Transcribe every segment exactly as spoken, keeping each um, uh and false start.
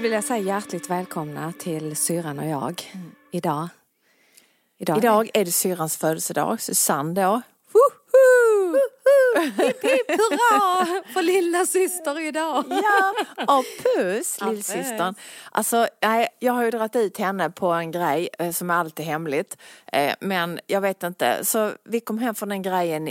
vill jag säga hjärtligt välkomna till Syran och jag mm. idag. Idag, idag är det syrans födelsedag, Susanne då. Woho! Hipp hipp hurra för lilla syster idag. Ja, och puss lillsystern. Alltså, jag har ju dragit ut henne på en grej som är alltid hemligt. Men jag vet inte, så vi kom hem från den grejen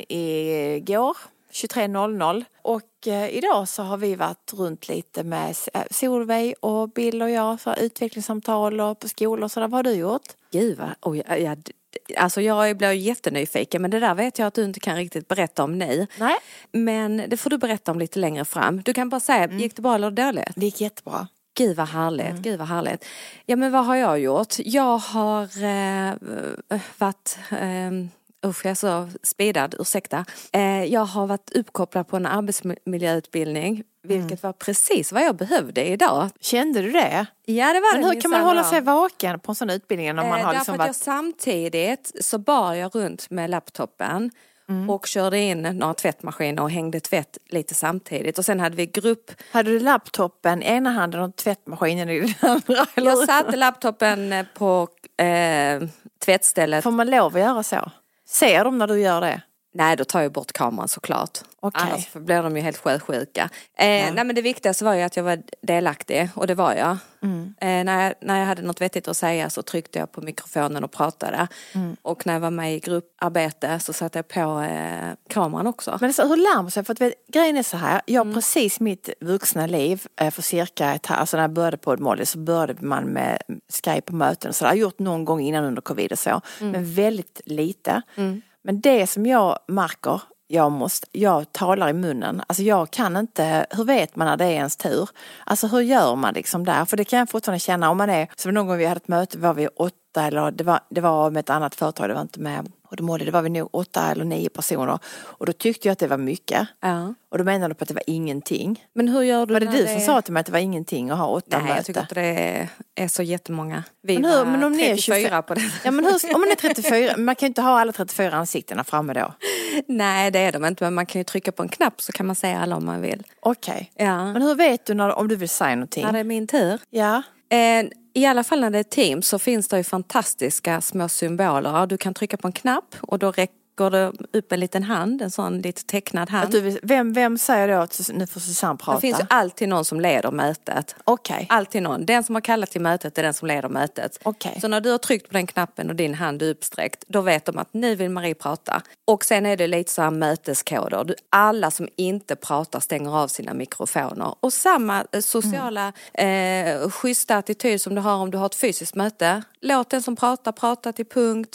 igår. tjugotre noll noll och eh, idag så har vi varit runt lite med Solveig och Bill och jag för utvecklingssamtal och på skolor. Så vad har du gjort? Gud vad, oj, jag, alltså jag blir jättenyfiken men det där vet jag att du inte kan riktigt berätta om nu. Nej. Men det får du berätta om lite längre fram. Du kan bara säga, mm. gick det bra eller dåligt? Det gick jättebra. Gud vad härligt, mm. gud vad härligt. Ja men vad har jag gjort? Jag har eh, varit... Eh, Usch, jag är så speedad, ursäkta. Eh, jag har varit uppkopplad på en arbetsmiljöutbildning, vilket mm. var precis vad jag behövde idag. Kände du det? Ja, det var Men det. hur kan man hålla sig vaken på en sån utbildning? Om man eh, har därför liksom att varit... jag samtidigt så bar jag runt med laptopen mm. och körde in några tvättmaskiner och hängde tvätt lite samtidigt. Och sen hade vi grupp... Hade du laptopen i ena handen och tvättmaskinen i den andra? Eller? Jag satte laptopen på eh, tvättstället. Får man lov att göra så? Ser de när du gör det? Nej, då tar jag bort kameran såklart. Okay. Annars blir de ju helt sjösjuka. Eh, ja. Nej, men det viktigaste var ju att jag var delaktig. Och det var jag. Mm. Eh, när jag. När jag hade något vettigt att säga så tryckte jag på mikrofonen och pratade. Mm. Och när jag var med i grupparbete så satte jag på eh, kameran också. Men alltså, hur lär man sig? För att vet, grejen är så här. Jag mm. precis mitt vuxna liv eh, för cirka ett här. Alltså när jag började på Molly så började man med Skype på möten. Så det har jag gjort någon gång innan under covid och så. Mm. Men väldigt lite. Mm. Men det som jag märker, jag måste, jag talar i munnen. Alltså jag kan inte, hur vet man när det är ens tur? Alltså hur gör man liksom där? För det kan jag fortfarande känna om man är, som någon gång vi hade ett möte var vi åtta eller det var, det var med ett annat företag, det var inte med och det målade, det var vi nog åtta eller nio personer. Och då tyckte jag att det var mycket. Ja. Och då menade du på att det var ingenting. Men hur gör du? Var det du det... som sa till mig att det var ingenting att ha åtta möten? Nej, jag tycker att det är, är så jättemånga. Vi men hur, var men om ni är trettiofyra tjugofyra på det. Ja, men hur, om man är trettiofyra, man kan ju inte ha alla trettiofyra ansiktena framme då. Nej, det är de inte, men man kan ju trycka på en knapp så kan man säga alla om man vill. Okej. Okay. Ja. Men hur vet du när, om du vill säga någonting? När det är min tur? Ja. Eh, I alla fall när det är Teams så finns det ju fantastiska små symboler. Du kan trycka på en knapp och då räcker går det upp en liten hand, en sån lite tecknad hand. Att du, vem, vem säger då att nu får Susanne prata? Det finns ju alltid någon som leder mötet. Okej. Okay. Alltid någon. Den som har kallat till mötet är den som leder mötet. Okej. Okay. Så när du har tryckt på den knappen och din hand är uppsträckt, då vet de att nu vill Marie prata. Och sen är det lite så här möteskoder. Du, alla som inte pratar stänger av sina mikrofoner. Och samma eh, sociala mm. eh, schyssta attityd som du har om du har ett fysiskt möte. Låt den som pratar prata till punkt.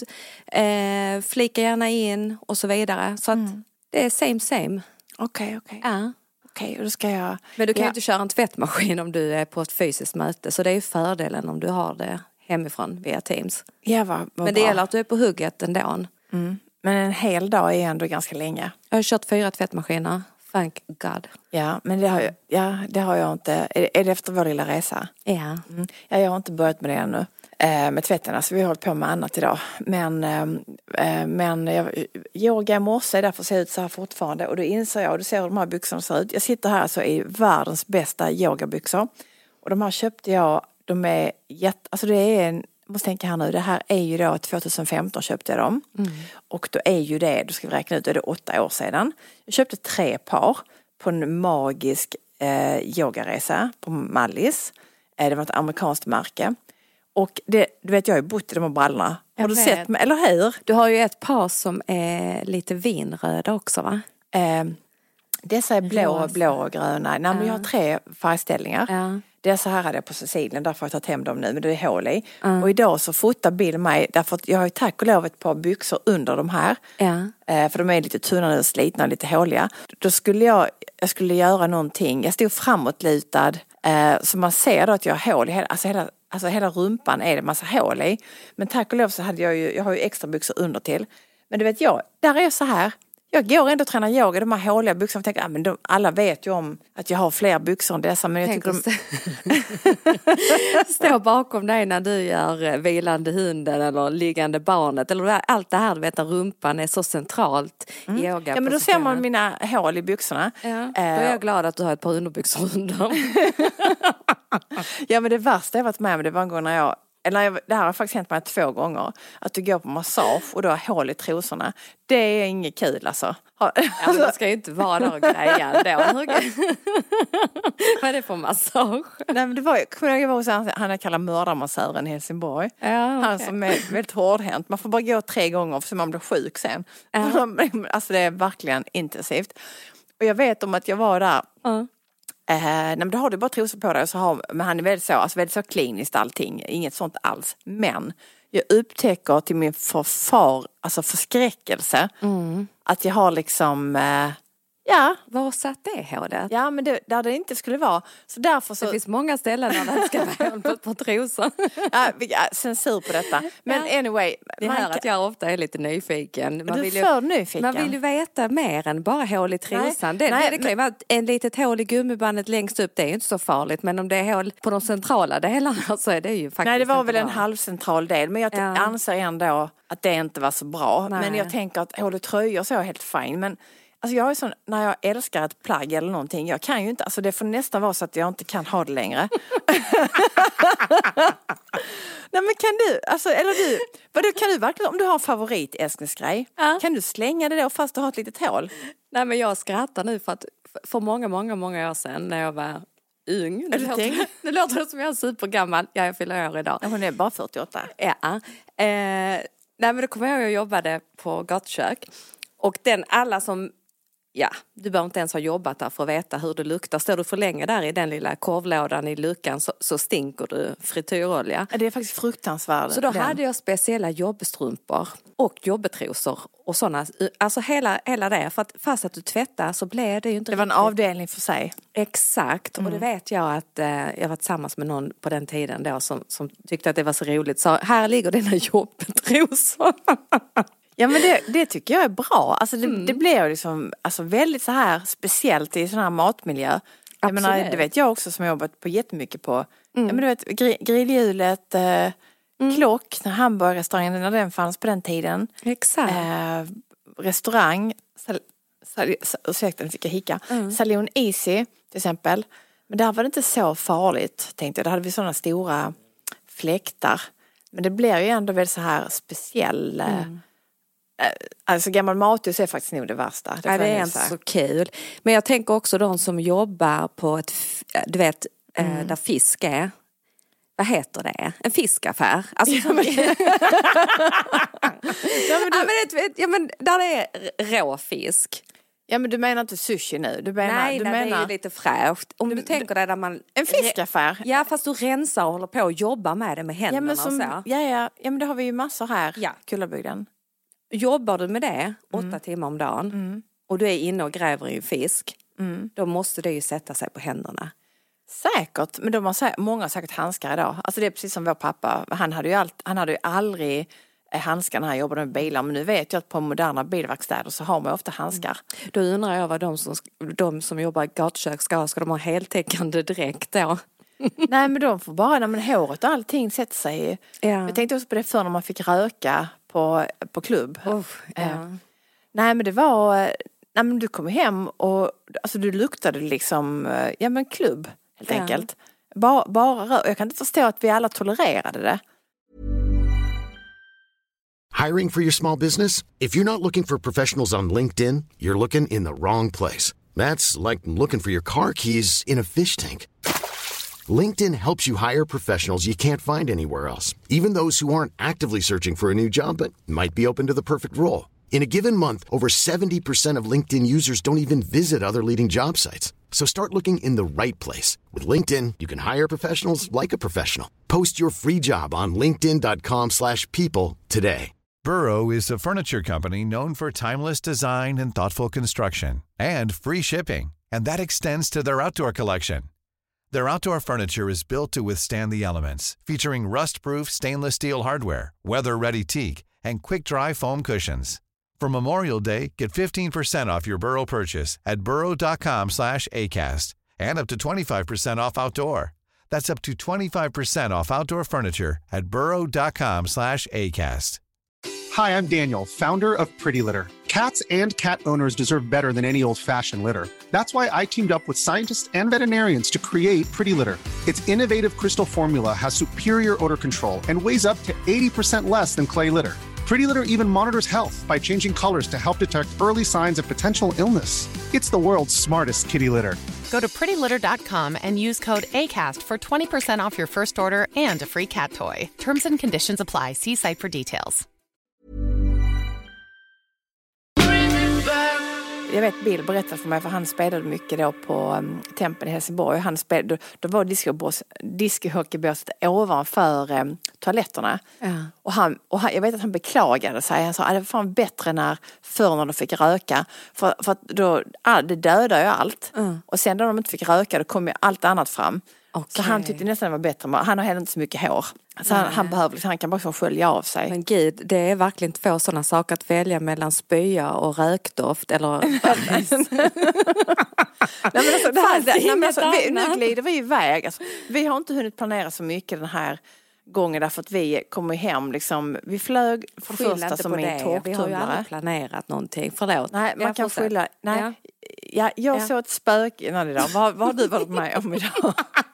Eh, flika gärna in och så vidare. Så att mm. det är same same. Okej, okay, okej. Okay. Ja. Okej, okay, då ska jag... Men du kan ja. ju inte köra en tvättmaskin om du är på ett fysiskt möte. Så det är ju fördelen om du har det hemifrån via Teams. Ja, vad, vad Men det bra. gäller att du är på hugget ändå. Mm. Men en hel dag är ändå ganska länge. Jag har kört fyra tvättmaskiner. Thank God. Ja, men det har jag, ja, det har jag inte. Är, är det efter vår lilla resa? Ja. Mm. Ja, jag har inte börjat med det ännu. Eh, med tvätterna, så vi har hållit på med annat idag. Men, eh, men jag, yoga i morse, därför ser ut så här fortfarande. Och då inser jag, och du ser hur de här byxorna ser ut. Jag sitter här så i världens bästa yogabyxor. Och de här köpte jag, de är jätte, alltså det är en, jag måste tänka här nu, det här är ju då tjugohundrafemton köpte jag dem. Mm. Och då är ju det, du ska vi räkna ut, då är det åtta år sedan. Jag köpte tre par på en magisk eh, yogaresa på Mallis. Eh, det var ett amerikanskt märke. Och det, du vet, jag har ju bott i de här brallorna. Har jag du vet. Sett mig, eller hur? Du har ju ett par som är lite vinröda också, va? Eh, dessa är blå, Rosa. blå och gröna. Nej, men ja. Jag har tre färgställningar. Ja. Dessa här hade jag på Sicilien, därför har jag tagit hem dem nu, men det är hål i. Mm. Och idag så fotar Bill mig, därför att jag har ju tack och lov ett par byxor under de här. Ja. Eh, för de är lite tunna och slitna och lite håliga. Då skulle jag, jag skulle göra någonting. Jag stod framåtlutad, eh, så man ser då att jag har hål i hela, alltså hela Alltså hela rumpan är det massa hål i. Men tack och lov så hade jag ju, jag har ju extra byxor under till. Men du vet jag, där är jag så här. Jag går ändå och tränar yoga, de här håliga byxorna. Jag tänker, ah, men de, alla vet ju om att jag har fler byxor än dessa. Men jag Tänk tycker de... Stå bakom dig när du gör vilande hunden eller liggande barnet. Eller allt det här, du vet, där rumpan är så centralt mm. i yoga. Ja, men då ser man mina hål i byxorna. Ja, då är jag glad att du har ett par underbyxor under. Ja, men det värsta jag varit med om, det var en gång när jag, eller det här har faktiskt hänt mig två gånger, att du går på massage och du har hål i trosorna. Det är inget kul alltså. Ja, men det ska ju inte vara där och greja då. Vad är det för massage? Nej, men det var, jag var hos han, han är kallad mördarmassören i Helsingborg. Ja, okay. Han som är väldigt hårdhänt. Man får bara gå tre gånger för man blir sjuk sen. Ja. Alltså det är verkligen intensivt. Och jag vet om att jag var där. Ja. Eh, nej, men då har du bara trosor på dig. Och så har, men han är väldigt så, alltså väldigt så kliniskt allting. Inget sånt alls. Men jag upptäcker till min förfar, alltså förskräckelse. Mm. Att jag har liksom... Eh, ja. Var satt det hålet? Ja, men det, där det inte skulle vara. Så därför så... Det finns många ställen där det ska vara hål på, på trosor. Ja, ja, censur på detta. Men ja. Anyway. Det hör kan... att jag ofta är lite nyfiken. Man du vill är ju, för nyfiken. Man vill ju veta mer än bara hål i trosan. Nej, det, nej, det, det kan ju vara en litet hål i gummibandet längst upp. Det är ju inte så farligt. Men om det är hål på de centrala delarna så är det ju faktiskt... Nej, det var väl bra. En halvcentral del. Men jag ja. anser ändå att det inte var så bra. Nej. Men jag tänker att hål i tröjor så är helt fine. Men... Alltså jag är sån, när jag älskar ett plagg eller någonting, jag kan ju inte, alltså det får nästan vara så att jag inte kan ha det längre. Nej, men kan du, alltså, eller du, vadå, kan du verkligen, om du har en favorit älsklingsgrej, ja. Kan du slänga det då fast du har ett litet hål? Nej, men jag skrattar nu för att för många, många, många år sedan när jag var ung, nu låter, nu låter det som jag är supergammal, ja, jag fyller år idag. Ja, hon är bara fyrtioåtta. Ja, eh, nej men då kommer jag ihåg att jag jobbade på gatukök och den, alla som ja, du behöver inte ens ha jobbat där för att veta hur det luktar. Står du för länge där i den lilla korvlådan i luckan så, så stinker du frityrolja. Det är faktiskt fruktansvärt. Så då den. hade jag speciella jobbstrumpor och jobbetrosor och sådana. Alltså hela, hela det. För att fast att du tvättar så blev det ju inte det var en riktigt. Avdelning för sig. Exakt. Mm. Och det vet jag att eh, jag var tillsammans med någon på den tiden då som, som tyckte att det var så roligt. Så här ligger dina jobbetrosor. Ja, men det, det tycker jag är bra. Alltså det, mm. det blir liksom alltså väldigt så här speciellt i sån här matmiljö. Jag menar, det vet jag också som har jobbat på jättemycket på. Mm. Ja, men du vet, gr- grillhjulet, eh, mm. klock, när hamburgerrestaurangen när den fanns på den tiden. Exakt. Eh, restaurang, sal, sal, ursäkta, nu fick jag hicka. Mm. Salon Easy till exempel. Men där var det inte så farligt, tänkte jag. Där hade vi sådana stora fläktar. Men det blir ju ändå väl så här speciell... Mm. Alltså gammal mathus är faktiskt nog det värsta. Det, ja, det är inte så kul. Men jag tänker också de som jobbar på ett, du vet, mm. där fisk är. Vad heter det? En fiskaffär. Alltså, ja, men... ja, men, du... ja, men, ja, men där det är rå fisk. Ja, men du menar inte sushi nu? Du menar, nej, du nej menar... det är ju lite fräscht. Om du, du tänker dig där man... En fiskaffär? Ja, fast du rensar och håller på och jobbar med det med händerna ja, men som... och så. Ja, ja, ja, men det har vi ju massor här. Ja. Kullabygden. Jobbar du med det åtta mm. timmar om dagen mm. och du är inne och gräver i en fisk, mm. då måste det ju sätta sig på händerna. Säkert, men de har säkert, många har säkert handskar idag. Alltså det är precis som vår pappa, han hade ju, allt, han hade ju aldrig handskar när han jobbade med bilar. Men nu vet jag att på moderna bilverkstäder så har man ofta handskar. Mm. Då undrar jag vad de som, de som jobbar i gatukök ska ha. Ska de ha heltäckande direkt då? Nej, men de får bara, när men håret och allting sätter sig. Ja. Jag tänkte också på det för när man fick röka på, på klubb. Oh, ja. eh. Nej, men det var, nej men du kom hem och alltså du luktade liksom, ja men klubb helt ja. enkelt. Bara, bara rök. Jag kan inte förstå att vi alla tolererade det. Hiring for your small business? If you're not looking for professionals on LinkedIn, you're looking in the wrong place. That's like looking for your car keys in a fish tank. LinkedIn helps you hire professionals you can't find anywhere else, even those who aren't actively searching for a new job but might be open to the perfect role. In a given month, over seventy percent of LinkedIn users don't even visit other leading job sites. So start looking in the right place. With LinkedIn, you can hire professionals like a professional. Post your free job on linkedin dot com slash people today. Burrow is a furniture company known for timeless design and thoughtful construction, and free shipping, and that extends to their outdoor collection. Their outdoor furniture is built to withstand the elements, featuring rust-proof stainless steel hardware, weather-ready teak, and quick-dry foam cushions. For Memorial Day, get fifteen percent off your Burrow purchase at burrow dot com slash acast, and up to twenty-five percent off outdoor. That's up to twenty-five percent off outdoor furniture at burrow dot com slash acast. Hi, I'm Daniel, founder of Pretty Litter. Cats and cat owners deserve better than any old-fashioned litter. That's why I teamed up with scientists and veterinarians to create Pretty Litter. Its innovative crystal formula has superior odor control and weighs up to eighty percent less than clay litter. Pretty Litter even monitors health by changing colors to help detect early signs of potential illness. It's the world's smartest kitty litter. Go to pretty litter dot com and use code ACAST for twenty percent off your first order and a free cat toy. Terms and conditions apply. See site for details. Jag vet Bill berättade för mig, för han spelade mycket då på um, Tempen i Helsingborg. Han spelade, då, då var discohockeybåset ovanför um, toaletterna. Ja. Och, han, och han, jag vet att han beklagade sig. Han sa att det var fan bättre när, förr när de fick röka. För, för att då, all, det dödar ju allt. Mm. Och sen när de inte fick röka, då kom ju allt annat fram. Okay. Så han tyckte nästan det var bättre. Han har heller inte så mycket hår. Så han, han, behöver, han kan bara få skölja av sig. Men gud, det är verkligen två sådana saker att välja mellan spya och rökdoft. Eller... nej, men alltså, det här, det, nej, men alltså, vi, nu glider vi iväg. Alltså, vi har inte hunnit planera så mycket den här gången därför att vi kommer hem liksom, vi flög för det första som en tågtumlare. Vi har ju aldrig planerat någonting, förlåt. Nej, man kan skylla, nej, ja. Ja, jag ja. såg ett spök innan idag. Vad, vad har du varit med om idag?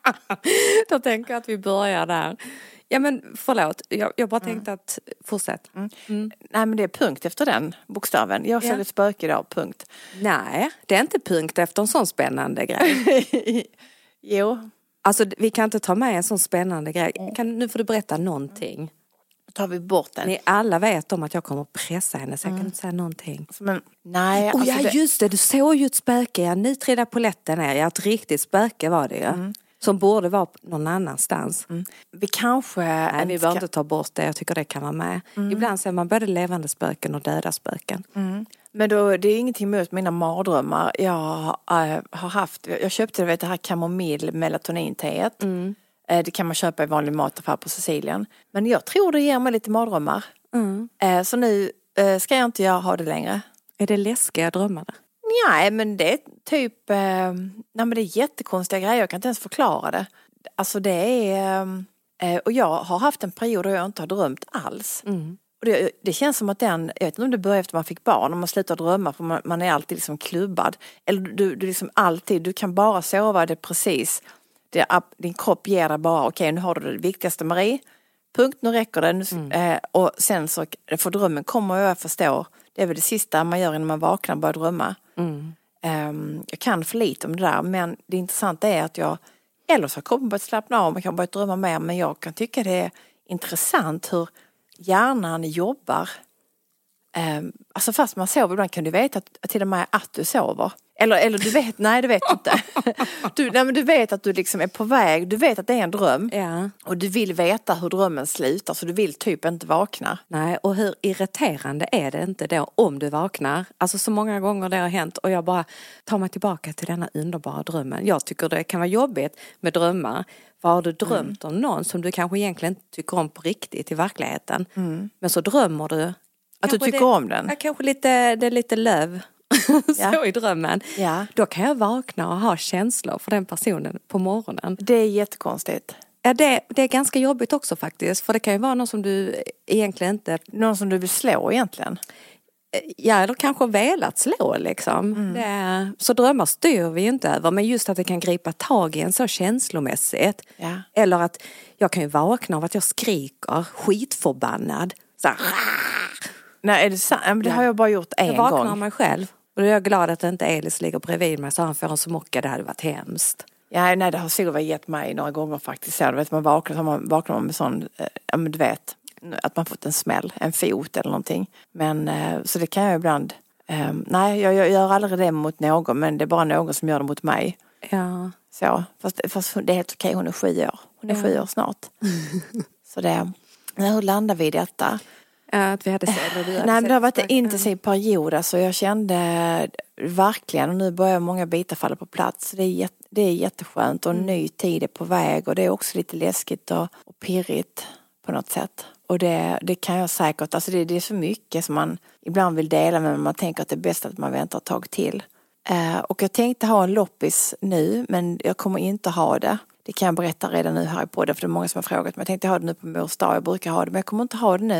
Då tänker jag att vi börjar där. Ja men förlåt, jag, jag bara tänkte mm. att fortsätt. Mm. Mm. Nej men det är punkt efter den bokstaven. Jag såg ja. ett spök idag, punkt. Nej, det är inte punkt efter en sån spännande grej. Jo. Alltså vi kan inte ta med en sån spännande grej. Kan, nu får du berätta någonting. Då tar vi bort den. Ni alla vet om att jag kommer att pressa henne så jag mm. kan inte säga någonting. Men, nej, oh, alltså ja det... just det, du såg ju ett spöke. Ja, nu trillade polletten ner. Ja, ett riktigt spöke var det ju. Mm. Som borde vara någon annanstans. Mm. Vi kanske... Nej, vi behöver inte ta bort det. Jag tycker det kan vara med. Mm. Ibland ser man både levande spöken och döda spöken. Mm. Men då, det är ingenting mot mina mardrömmar. Jag äh, har haft... Jag köpte vet, det här kamomill melatoninteet. Mm. Det kan man köpa i vanlig mataffär på Sicilien. Men jag tror det ger mig lite mardrömmar. Mm. Så nu ska jag inte jag ha det längre. Är det läskiga drömmar? Nej, men det är typ... Nej, men det är jättekonstiga grejer. Jag kan inte ens förklara det. Alltså det är... Och jag har haft en period då jag inte har drömt alls. Mm. Och det, det känns som att den... Jag vet inte om det börjar efter man fick barn. Om man slutar drömma för man, man är alltid liksom klubbad. Eller du, du liksom alltid... Du kan bara sova det precis... Det, din kropp ger dig bara, okej okay, nu har du det viktigaste Marie, punkt, nu räcker det. Nu, mm. eh, och sen så, för drömmen kommer jag förstå, det är väl det sista man gör innan man vaknar, bara drömma. Mm. Eh, jag kan för lite om det där, men det intressanta är att jag, eller så har kroppen börjat slappna av, man kan börja drömma mer, men jag kan tycka det är intressant hur hjärnan jobbar. Eh, alltså fast man sover, ibland kan du veta att, till och med att du sover. Eller, eller du vet, nej det vet du inte. Du, nej, men du vet att du liksom är på väg, du vet att det är en dröm. Ja. Och du vill veta hur drömmen slutar, så du vill typ inte vakna. Nej, och hur irriterande är det inte då om du vaknar? Alltså så många gånger det har hänt och jag bara tar mig tillbaka till denna underbara drömmen. Jag tycker det kan vara jobbigt med drömmar. Vad har du drömt mm. om någon som du kanske egentligen inte tycker om på riktigt i verkligheten? Mm. Men så drömmer du. Att du tycker det, om den? Ja, kanske lite, det är lite löv. så ja. i drömmen. Ja. Då kan jag vakna och ha känslor för den personen på morgonen. Det är jättekonstigt. Ja, det, det är ganska jobbigt också faktiskt. För det kan ju vara någon som du egentligen inte... Någon som du vill slå egentligen. Ja, eller kanske velat slå liksom. Mm. Det, så drömmar styr vi inte över. Men just att det kan gripa tag i en så känslomässigt. Ja. Eller att jag kan ju vakna av att jag skriker skitförbannad. Så här, nej, är det sant? Men det har jag bara gjort en gång. Jag vaknar av mig själv. Och då är jag glad att inte Elis ligger bredvid mig så han får en smocka. Det hade varit hemskt. Ja, nej, det har Silva gett mig några gånger faktiskt. Så, du vet, man vaknar, man vaknar med sån, ja men du vet, att man fått en smäll, en fot eller någonting. Men, så det kan jag ibland, eh, nej, jag, jag gör aldrig det mot någon, men det är bara någon som gör det mot mig. Ja. Så, fast, fast det är helt okej, hon är sju år. Hon är ja. sju år snart. Så det, hur landar vi i detta? Att vi hade sett, eller du hade nej, men det har varit sett. en intensiv period. Alltså jag kände verkligen, och nu börjar många bitar falla på plats. Det är, jätte, det är jätteskönt och en mm. ny tid är på väg. Och det är också lite läskigt och, och pirrigt på något sätt. Och det, det kan jag säkert, alltså det, det är så mycket som man ibland vill dela, men man tänker att det är bäst att man väntar ett tag till. Eh, och jag tänkte ha en loppis nu, men jag kommer inte ha det. Det kan jag berätta redan nu här i podden, för det är många som har frågat. Men jag tänkte ha det nu på mors dag, jag brukar ha det, men jag kommer inte ha det nu.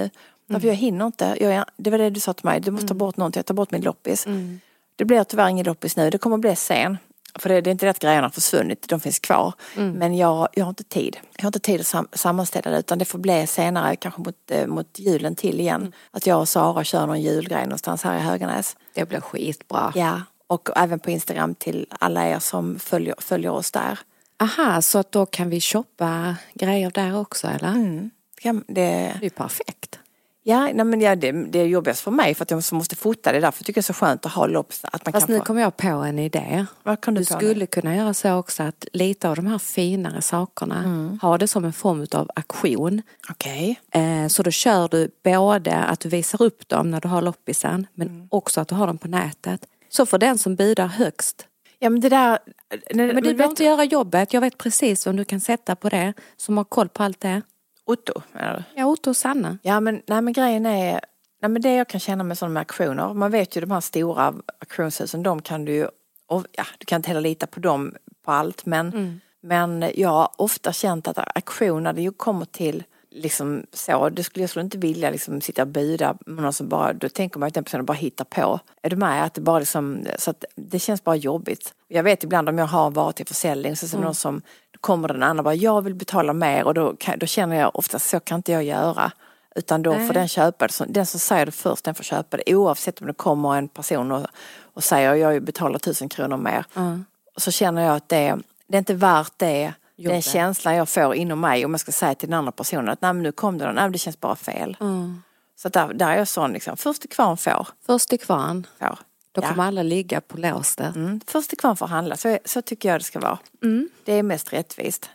Därför jag hinner inte. Jag, det var det du sa till mig. Du måste ta bort någonting. Jag tar bort min loppis. Mm. Det blir tyvärr ingen loppis nu. Det kommer att bli sen. För det, det är inte det att grejerna har försvunnit. De finns kvar. Mm. Men jag, jag har inte tid. Jag har inte tid att sam, sammanställa det. Utan det får bli senare. Kanske mot, eh, mot julen till igen. Mm. Att jag och Sara kör någon julgrej någonstans här i Höganäs. Det blir skitbra. Ja. Och även på Instagram till alla er som följer, följer oss där. Aha, så att då kan vi shoppa grejer där också, eller? Mm. Det, det är perfekt. Ja, nej, men ja, det, det är jobbigast för mig för att jag måste fota det. Därför tycker jag det är så skönt att ha loppis. Att man Fast kan nu få... kommer jag på en idé. Vad kan du du skulle det? kunna göra så också att lite av de här finare sakerna mm. har det som en form av auktion. Okej. Okay. Eh, så då kör du både att du visar upp dem när du har loppisen men mm. också att du har dem på nätet. Så för den som budar högst. Ja, men det där... Men du behöver inte göra jobbet. Jag vet precis vem du kan sätta på det som har koll på allt det. Otto, menar du? Ja, Otto och Sanna. Ja, men, nej, men grejen är... Nej, men det jag kan känna med sådana auktioner. Man vet ju de här stora auktionshusen. De kan du ju... Och, ja, du kan inte heller lita på dem på allt. Men, mm. men jag har ofta känt att auktioner, det ju kommer till... Liksom så, det skulle, jag skulle inte vilja liksom sitta och buda med någon som bara, då tänker man att den personen bara hittar på. Är du med? Att det bara liksom, så att det känns bara jobbigt. Jag vet ibland om jag har varit till försäljning så är det mm. någon som, då kommer den andra bara, jag vill betala mer och då, kan, då känner jag ofta så kan inte jag göra. Utan då Nej. får den köpa det, den som säger det först, den får köpa det. Oavsett om det kommer en person och, och säger, jag betalar tusen kronor mer. Mm. Så känner jag att det, det är inte värt det. Den känslan jag får inom mig om jag ska säga till den andra personen att nej men nu kom det, nej, det känns bara fel. Mm. Så där, där är jag sån liksom, först till kvarn får. Först till kvarn. Får. Då ja. kommer alla ligga på lås där. Mm. Först till kvarn får handla, så, så tycker jag det ska vara. Mm. Det är mest rättvist.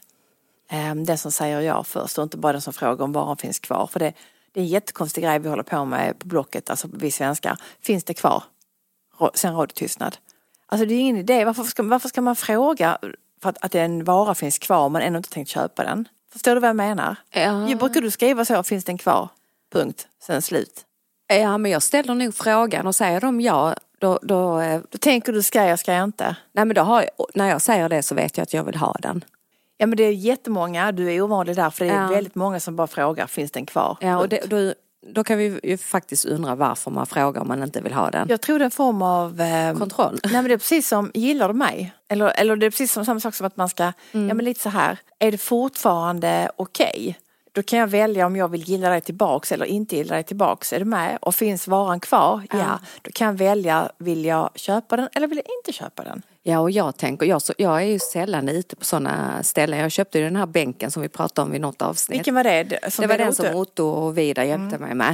Um, den som säger ja först och inte bara den som frågar om varan finns kvar. För det, det är en jättekonstig grej vi håller på med på Blocket, alltså vi svenskar. Finns det kvar? Sen råder tystnad. Alltså det är ingen idé, varför ska, varför ska man fråga... För att, att en vara finns kvar men ändå inte tänkt köpa den. Förstår du vad jag menar? Ja. Brukar du skriva så, finns den kvar? Punkt. Sen slut. Ja, men jag ställer nog frågan och säger de ja, då... Då, då tänker du, ska jag, ska jag inte? Nej, men då har jag, när jag säger det så vet jag att jag vill ha den. Ja, men det är jättemånga, du är ovanlig där för det är ja. väldigt många som bara frågar, finns den kvar? Ja, och det, då, då kan vi ju faktiskt undra varför man frågar om man inte vill ha den. Jag tror det är en form av... Eh, kontroll. Nej, men det är precis som, gillar du mig? Eller, eller det är precis som samma sak som att man ska, mm. ja men lite så här, är det fortfarande okej? Okay? Då kan jag välja om jag vill gilla dig tillbaks eller inte gilla dig tillbaks. Är du med? Och finns varan kvar? Ja. ja. Då kan jag välja, vill jag köpa den eller vill jag inte köpa den? Ja, och jag tänker, jag, så, jag är ju sällan ute på sådana ställen. Jag köpte ju den här bänken som vi pratade om vid något avsnitt. Vilken var det? Som det var den som Otto och Vida hjälpte mm. mig med.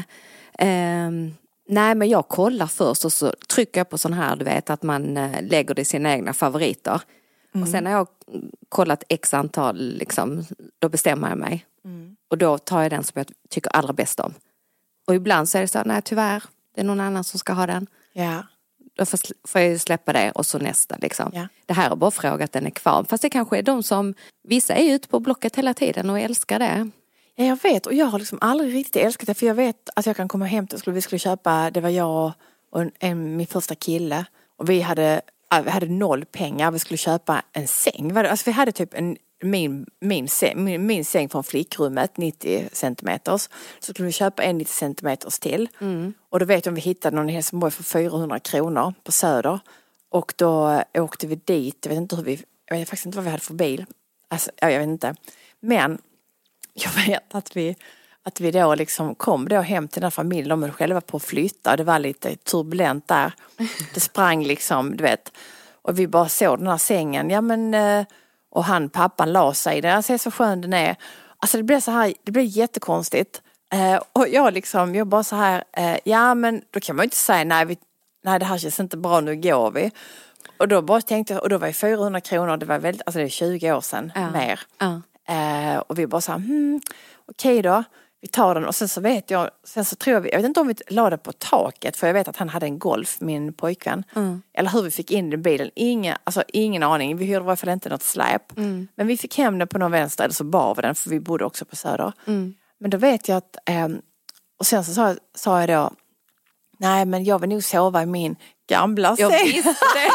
Um, nej, men jag kollar först och så trycker jag på sån här, du vet, att man uh, lägger det i sina egna favoriter. Mm. Och sen när jag har kollat x antal, liksom, då bestämmer jag mig. Mm. Och då tar jag den som jag tycker allra bäst om. Och ibland så är det så, nej tyvärr, det är någon annan som ska ha den. Ja. Då får, får jag släppa det och så nästa liksom. Ja. Det här är bara fråga att den är kvar. Fast det kanske är de som, vissa är ute på Blocket hela tiden och älskar det. Ja, jag vet, och jag har liksom aldrig riktigt älskat det. För jag vet att jag kan komma hem till, vi skulle köpa, det var jag och en, en, min första kille. Och vi hade, vi hade noll pengar, vi skulle köpa en säng. Alltså vi hade typ en Min, min, säng, min, min säng från flickrummet, nittio centimeter. Så skulle vi köpa en nittio centimeter till. Mm. Och då vet jag om vi hittade någon i Helsingborg för fyrahundra kronor på Söder. Och då åkte vi dit. Jag vet inte hur vi, jag vet faktiskt inte vad vi hade för bil. Alltså, jag vet inte. Men jag vet att vi, att vi då liksom kom då hem till den här familjen. De var själva på att flytta. Det var lite turbulent där. Det sprang liksom, du vet. Och vi bara såg den här sängen. Ja men... Och han, pappan, la sig i den. Jag ser så skön den är. Alltså det blir så här, det blir jättekonstigt. Eh, och jag liksom, jag bara så här, eh, ja men då kan man ju inte säga, nej, vi, nej det här känns inte bra, nu går vi. Och då bara tänkte jag, och då var det fyrahundra kronor, det var väldigt, alltså det är tjugo år sedan, ja. mer. Ja. Eh, och vi bara så här, hmm, okej okay då. Vi tar den och sen så vet jag, sen så tror jag, jag vet inte om vi la det på taket för jag vet att han hade en Golf, min pojkvän. Mm. Eller hur vi fick in den bilen, ingen, alltså ingen aning, vi hyrde i alla fall inte något släp. Mm. Men vi fick hem den på någon vänster, eller så bar vi den för vi bodde också på Söder. Mm. Men då vet jag att, eh, och sen så sa, sa jag då, nej men jag vill nog sova i min gamla säng. Jag visste det.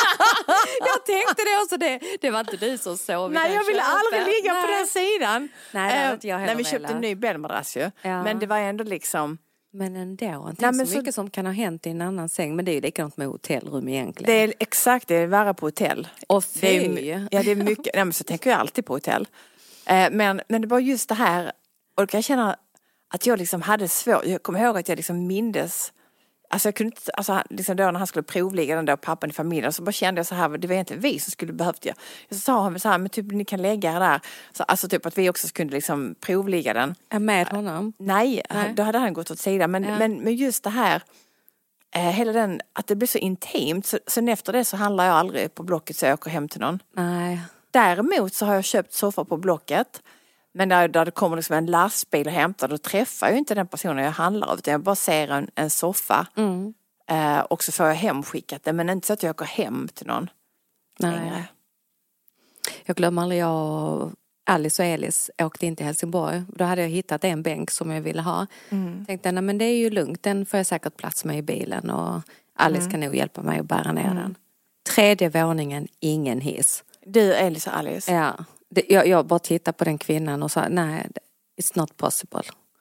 Jag tänkte det också, det, det var inte du som sov i Nej, den jag ville köpen. aldrig ligga Nej. på den sidan. Nej, det var inte jag heller. Nej, vi köpte en ny bäddmadrass ju. Ja. Men det var ändå liksom, Men ändå, tänk Nej, men så så- mycket som kan ha hänt i en annan säng. Men det är ju likadant med hotellrum egentligen. Det är exakt, det är värre på hotell. Och Det är, fy! ja, det är mycket, nej, men så tänker jag alltid på hotell. Eh, men, men det var just det här, och då kan jag känna att jag liksom hade svårt, jag kommer ihåg att jag liksom mindes, alltså jag kunde inte, alltså liksom då när han skulle provligga den där pappan i familjen, så bara kände jag så här, det var egentligen vi som skulle behövt jag. Jag sa honom så här, men typ ni kan lägga er där, så, alltså typ att vi också kunde liksom provligga den. Är med honom? Nej, Nej. då hade han gått åt sidan, men, Ja. men, men just det här, eh, hela den, att det blir så intimt, så, sen efter det så handlar jag aldrig på Blocket så jag åker hem till någon. Nej. Däremot så har jag köpt soffa på Blocket. Men där, där det kommer liksom en lastbil och hämtar, då träffar jag ju inte den personen jag handlar av. Utan jag bara ser en, en soffa. Mm. Eh, och så får jag hemskickat det. Men inte så att jag åker hem till någon. Nej. längre. Jag glömmer aldrig, jag, Alice och Elis åkte in till Helsingborg. Då hade jag hittat en bänk som jag ville ha. Mm. Tänkte, nej men det är ju lugnt, den får jag säkert plats med i bilen. Och Alice Mm. kan nog hjälpa mig att bära ner den. Tredje våningen, ingen hiss. Du, Elis och Alice. Ja, det, jag, jag bara tittade på den kvinnan och sa, nej, it's not possible.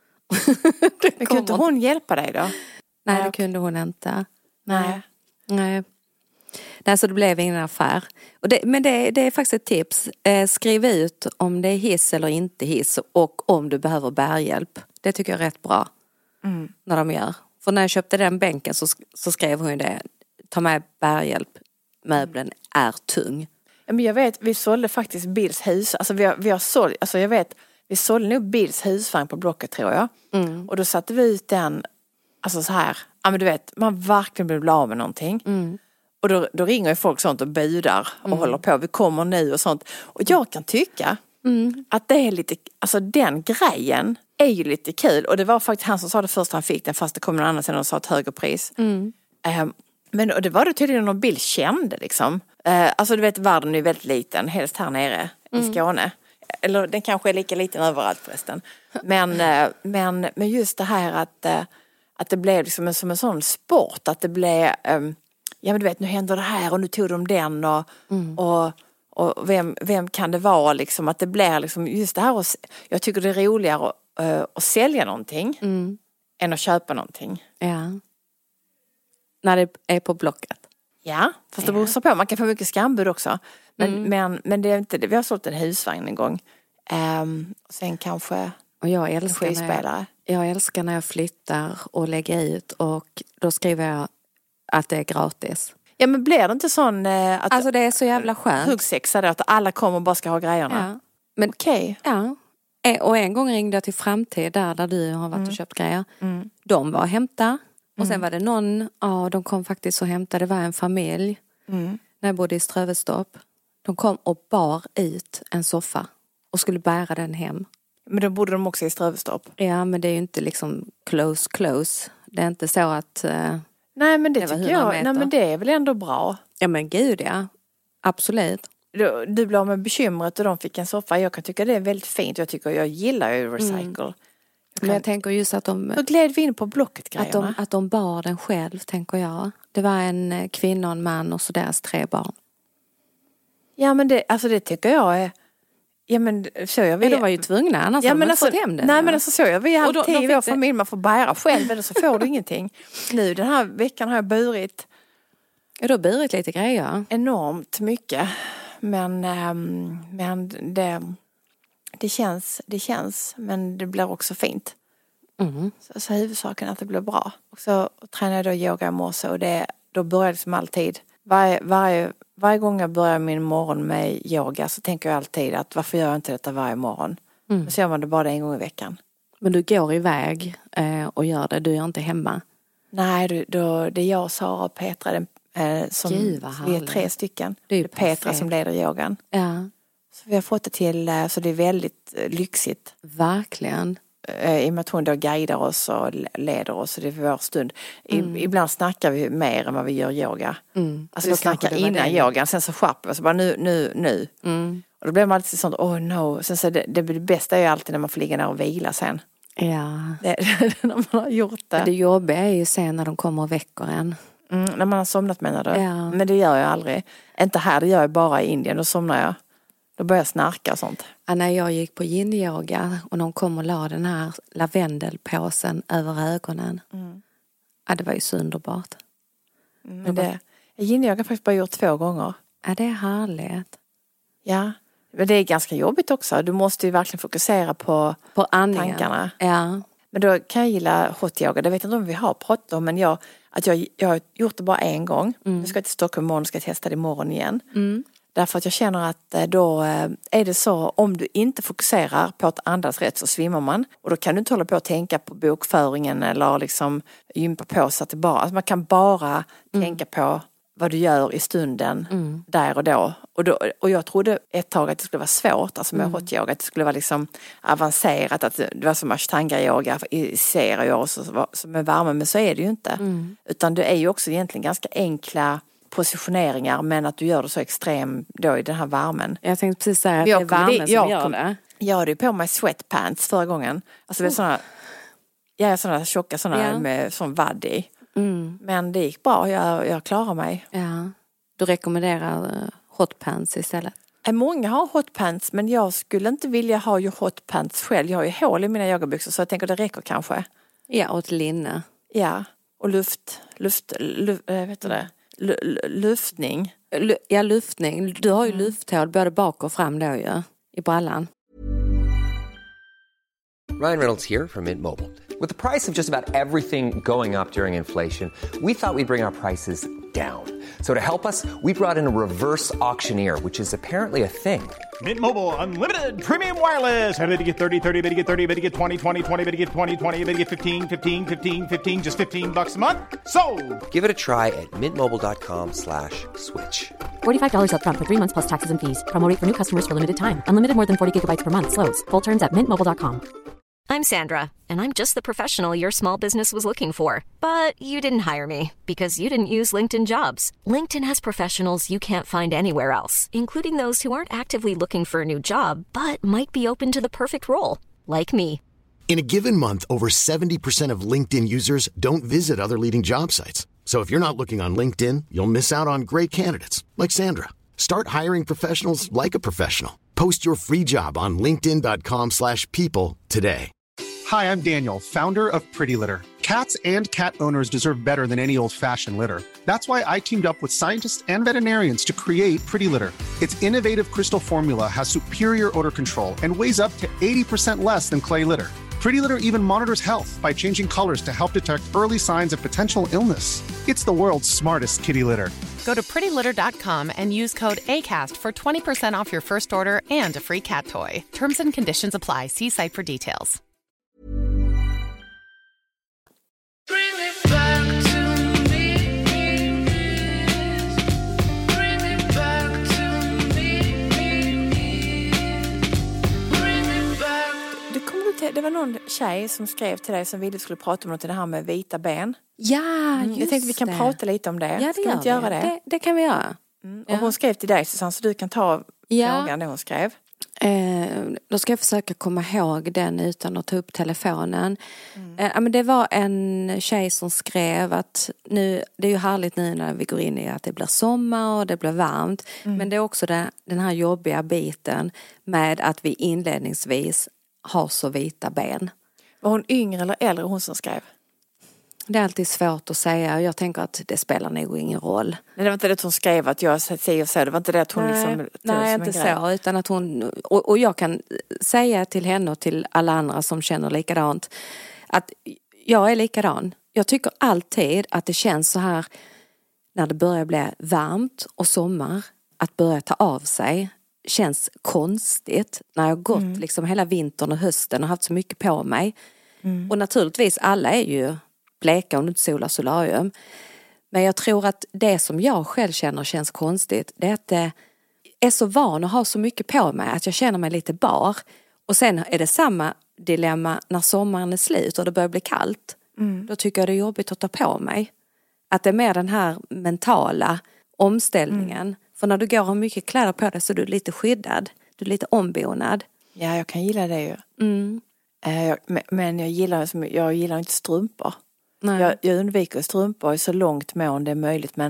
det Men kunde inte hon hjälpa dig då? Nej, Nej, det okej. kunde hon inte. Nej. Nej. Nej, så det blev ingen affär. Och det, men det, det är faktiskt ett tips. Eh, skriv ut om det är hiss eller inte hiss och om du behöver bärhjälp. Det tycker jag är rätt bra Mm. när de gör. För när jag köpte den bänken så, så skrev hon ju det. Ta med bärhjälp. Möbeln är tung. Ja, men jag vet, vi sålde faktiskt Bills hus. Alltså vi har, vi har sålt, alltså jag vet, vi sålde nog Bills husvagn på Blocket tror jag. Mm. Och då satte vi ut den, alltså så här, ja men du vet, man verkligen blir av med någonting. Mm. Och då, då ringer ju folk sånt och budar och håller på, vi kommer nu och sånt. Och jag kan tycka Mm. att det är lite, alltså den grejen är ju lite kul. Och det var faktiskt han som sa det först han fick den, fast det kom någon annan sen och sa ett högre pris. Mm. Um, men och det var det tydligen någon Bill kände liksom. Uh, alltså du vet, världen är väldigt liten, helst här nere Mm. i Skåne. Eller den kanske är lika liten överallt förresten. Men, uh, men, men just det här att, uh, att det blev liksom en, som en sån sport. Att det blev, um, ja men du vet, nu händer det här och nu tog de den och, Mm. och, och vem, vem kan det vara liksom. Att det blir liksom just det här. Och, jag tycker det är roligare att, uh, att sälja någonting Mm. än att köpa någonting. Ja. När det är på Blocket. Ja, fast det Ja. beror på. Man kan få mycket skambud också. Men, Mm. men, men det är inte det. Vi har sålt en husvagn en gång. Um, och sen kanske Och jag en älskar, när jag, skivspelare. jag älskar när jag flyttar och lägger ut. Och då skriver jag att det är gratis. Ja, men blir det inte sån uh, att Alltså det är så jävla skönt. huggsexa då, att alla kommer och bara ska ha grejerna? Ja. Men Okej. ja. E- Och en gång ringde jag till Framtid där, där du har varit och köpt grejer. Mm. De var och hämtade. Och sen var det någon, ja de kom faktiskt och hämtade, det var en familj. Mm. När jag bodde i Strövestorp. De kom och bar ut en soffa. Och skulle bära den hem. Men då borde de också i Strövestorp. Ja men det är ju inte liksom close close. Det är inte så att, eh, Nej, men det, Det var tycker hundra jag. meter. Nej, men det är väl ändå bra. ja men gud ja. Absolut. Du, du blev med bekymret och de fick en soffa. Jag kan tycka det är väldigt fint. Jag tycker jag gillar ju recycle. Men jag tänker just att de, Då gled vi in på att Blocket-grejerna. de, att de bar den själv, tänker jag. Det var en eh, kvinna och en man och så deras tre barn. Ja, men det, alltså det tycker jag är... Ja, men så gör vi. Ja, de var ju tvungna, annars Ja, hade men de alltså, inte fått hem den. nej men alltså så gör vi Och då- alltid då i fick vår det- familj. Man får bära själv eller så får du ingenting. Nu den här veckan har jag burit Ja, då har burit lite grejer. enormt mycket. Men, ehm, men det, det känns, det känns, men det blir också fint. Mm. Så, så huvudsaken är att det blir bra. Och så tränade jag då yoga i morse och det, då började det som alltid. Varje, varje, varje gång jag börjar min morgon med yoga så tänker jag alltid att varför gör jag inte detta varje morgon? Mm. Så gör man det bara en gång i veckan. Men du går iväg eh, och gör det, du gör inte hemma. Nej, då, då, det är jag, Sara och Petra den, eh, som Gud, vad vi är härligt. tre stycken. Det är ju Det är Petra perfekt. som leder yogan. Ja, Så vi har fått det till, eh, så det är väldigt eh, lyxigt. verkligen. Eh, I och med att hon då guidar oss och leder oss och det är vår stund. I, Ibland snackar vi mer än vad vi gör yoga. Mm. Alltså Då vi snackar kanske det var innan det. yogan, sen så skärper vi oss bara nu, nu, nu. Mm. Och då blir man alltid sånt, oh no. Sen så det, det, det bästa är ju alltid när man får ligga ner och vila sen. Ja. Det, när man har gjort det. Det jobbiga är ju sen när de kommer och väcker en. Mm, när man har somnat menar du? Ja. Men det gör jag aldrig. Inte här, det gör jag bara i Indien, då somnar jag. Då börjar jag snarka och sånt. Ja, när jag gick på yin-yoga och någon kom och la den här lavendelpåsen över ögonen. Mm. Ja, det var ju så underbart. Mm, men det, yin-yoga har faktiskt bara gjort två gånger. Ja, det är härligt. Ja, men det är ganska jobbigt också. Du måste ju verkligen fokusera på, på andningen. Tankarna. Ja. Men då kan jag gilla hot yoga. Det vet jag inte om vi har pratat om. Men jag, att jag, jag har gjort det bara en gång. Mm. Jag ska till Stockholm imorgon och ska testa det imorgon igen. Mm. Därför att jag känner att då är det så, om du inte fokuserar på att andas rätt så svimmar man. Och då kan du inte hålla på att tänka på bokföringen eller liksom gympa på så att det bara, alltså man kan bara mm. tänka på vad du gör i stunden mm. där och då. Och då. Och jag trodde ett tag att det skulle vara svårt, alltså med mm. hot yoga, att det skulle vara liksom avancerat, att det var som ashtanga-yoga i serier och så, så med värme, men så är det ju inte. Mm. Utan det är ju också egentligen ganska enkla positioneringar, men att du gör det så extrem då i den här värmen. Jag tänkte precis säga att jag, det är värmen det, som jag, gör det. Jag hade ju på mig sweatpants förra gången. Alltså det är sådana, jag är sådana tjocka sådana yeah. med sån vadd i. Mm. Men det gick bra, jag, jag klarar mig. Ja. Du rekommenderar hotpants istället? Många har hotpants, men jag skulle inte vilja ha ju hotpants själv. Jag har ju hål i mina yogabyxor så jag tänker det räcker kanske. Ja, och ett linne. Ja, och luft, luft, luft äh, vet du det? L- luftning. L- ja, luftning. Du har ju mm. lufthål både bak och fram då ju, i brallan. Ryan Reynolds here from Mint Mobile. With the price of just about everything going up during inflation, we thought we'd bring our prices down. So to help us, we brought in a reverse auctioneer, which is apparently a thing. Mint Mobile Unlimited Premium Wireless. How to get thirty, thirty, how to get thirty, how to get twenty, twenty, twenty, how to get twenty, twenty, how to get fifteen, fifteen, fifteen, fifteen, just fifteen bucks a month? Sold! Give it a try at mintmobile.com slash switch. forty-five dollars up front for three months plus taxes and fees. Promo rate for new customers for limited time. Unlimited more than forty gigabytes per month. Slows full terms at mint mobile dot com. I'm Sandra, and I'm just the professional your small business was looking for. But you didn't hire me because you didn't use LinkedIn Jobs. LinkedIn has professionals you can't find anywhere else, including those who aren't actively looking for a new job, but might be open to the perfect role, like me. In a given month, over seventy percent of LinkedIn users don't visit other leading job sites. So if you're not looking on LinkedIn, you'll miss out on great candidates like Sandra. Start hiring professionals like a professional. Post your free job on linkedin dot com slash people today. Hi, I'm Daniel, founder of Pretty Litter. Cats and cat owners deserve better than any old-fashioned litter. That's why I teamed up with scientists and veterinarians to create Pretty Litter. Its innovative crystal formula has superior odor control and weighs up to eighty percent less than clay litter. Pretty Litter even monitors health by changing colors to help detect early signs of potential illness. It's the world's smartest kitty litter. Go to pretty litter dot com and use code ACAST for twenty percent off your first order and a free cat toy. Terms and conditions apply. See site for details. Bring it back to me. Bring it back to me. Bring it back. Det, kom till, det var någon tjej som skrev till dig som ville skulle prata om något, det här med vita ben. Ja, mm, just Jag tänkte vi kan det. prata lite om det. Ja, det Ska gör vi inte göra vi. det? det? Det kan vi göra. Mm. Ja. Och hon skrev till dig, Susanne, så du kan ta ja. frågan det hon skrev. Eh, då ska jag försöka komma ihåg den utan att ta upp telefonen. Mm. Eh, men det var en tjej som skrev att nu, det är ju härligt nu när vi går in i att det blir sommar och det blir varmt. Mm. Men det är också det, den här jobbiga biten med att vi inledningsvis har så vita ben. Var hon yngre eller äldre, hon som skrev? Det är alltid svårt att säga och jag tänker att det spelar nog ingen roll. Nej, det var inte det att hon skrev att jag säger så. Det var inte det att hon nej, liksom... Nej, inte så. Utan att hon, och, och jag kan säga till henne och till alla andra som känner likadant att jag är likadan. Jag tycker alltid att det känns så här när det börjar bli varmt och sommar att börja ta av sig känns konstigt när jag gått mm. liksom hela vintern och hösten och haft så mycket på mig. Mm. Och naturligtvis alla är ju bleka om du inte solar solarium. Men jag tror att det som jag själv känner känns konstigt, det är att det är så van att ha så mycket på mig att jag känner mig lite bar. Och sen är det samma dilemma när sommaren är slut och det börjar bli kallt. Mm. Då tycker jag det är jobbigt att ta på mig. Att det är mer den här mentala omställningen. Mm. För när du går och har mycket kläder på dig så är du lite skyddad. Du är lite ombonad. Ja, jag kan gilla det ju. Mm. Eh, men jag gillar, jag gillar inte strumpor. Nej. Jag, jag undviker strumpor i så långt mån det är möjligt. Men